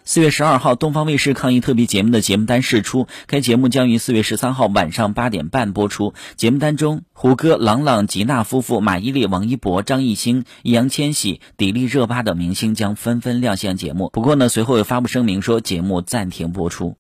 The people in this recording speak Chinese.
4月12号，东方卫视抗疫特别节目的节目单释出，该节目将于4月13号晚上8点半播出。节目单中，胡歌、郎朗、吉娜夫妇、马伊琍、王一博、张艺兴、易烊千玺、迪丽热巴等明星将纷纷亮相节目。不过呢，随后又发布声明说节目暂停播出。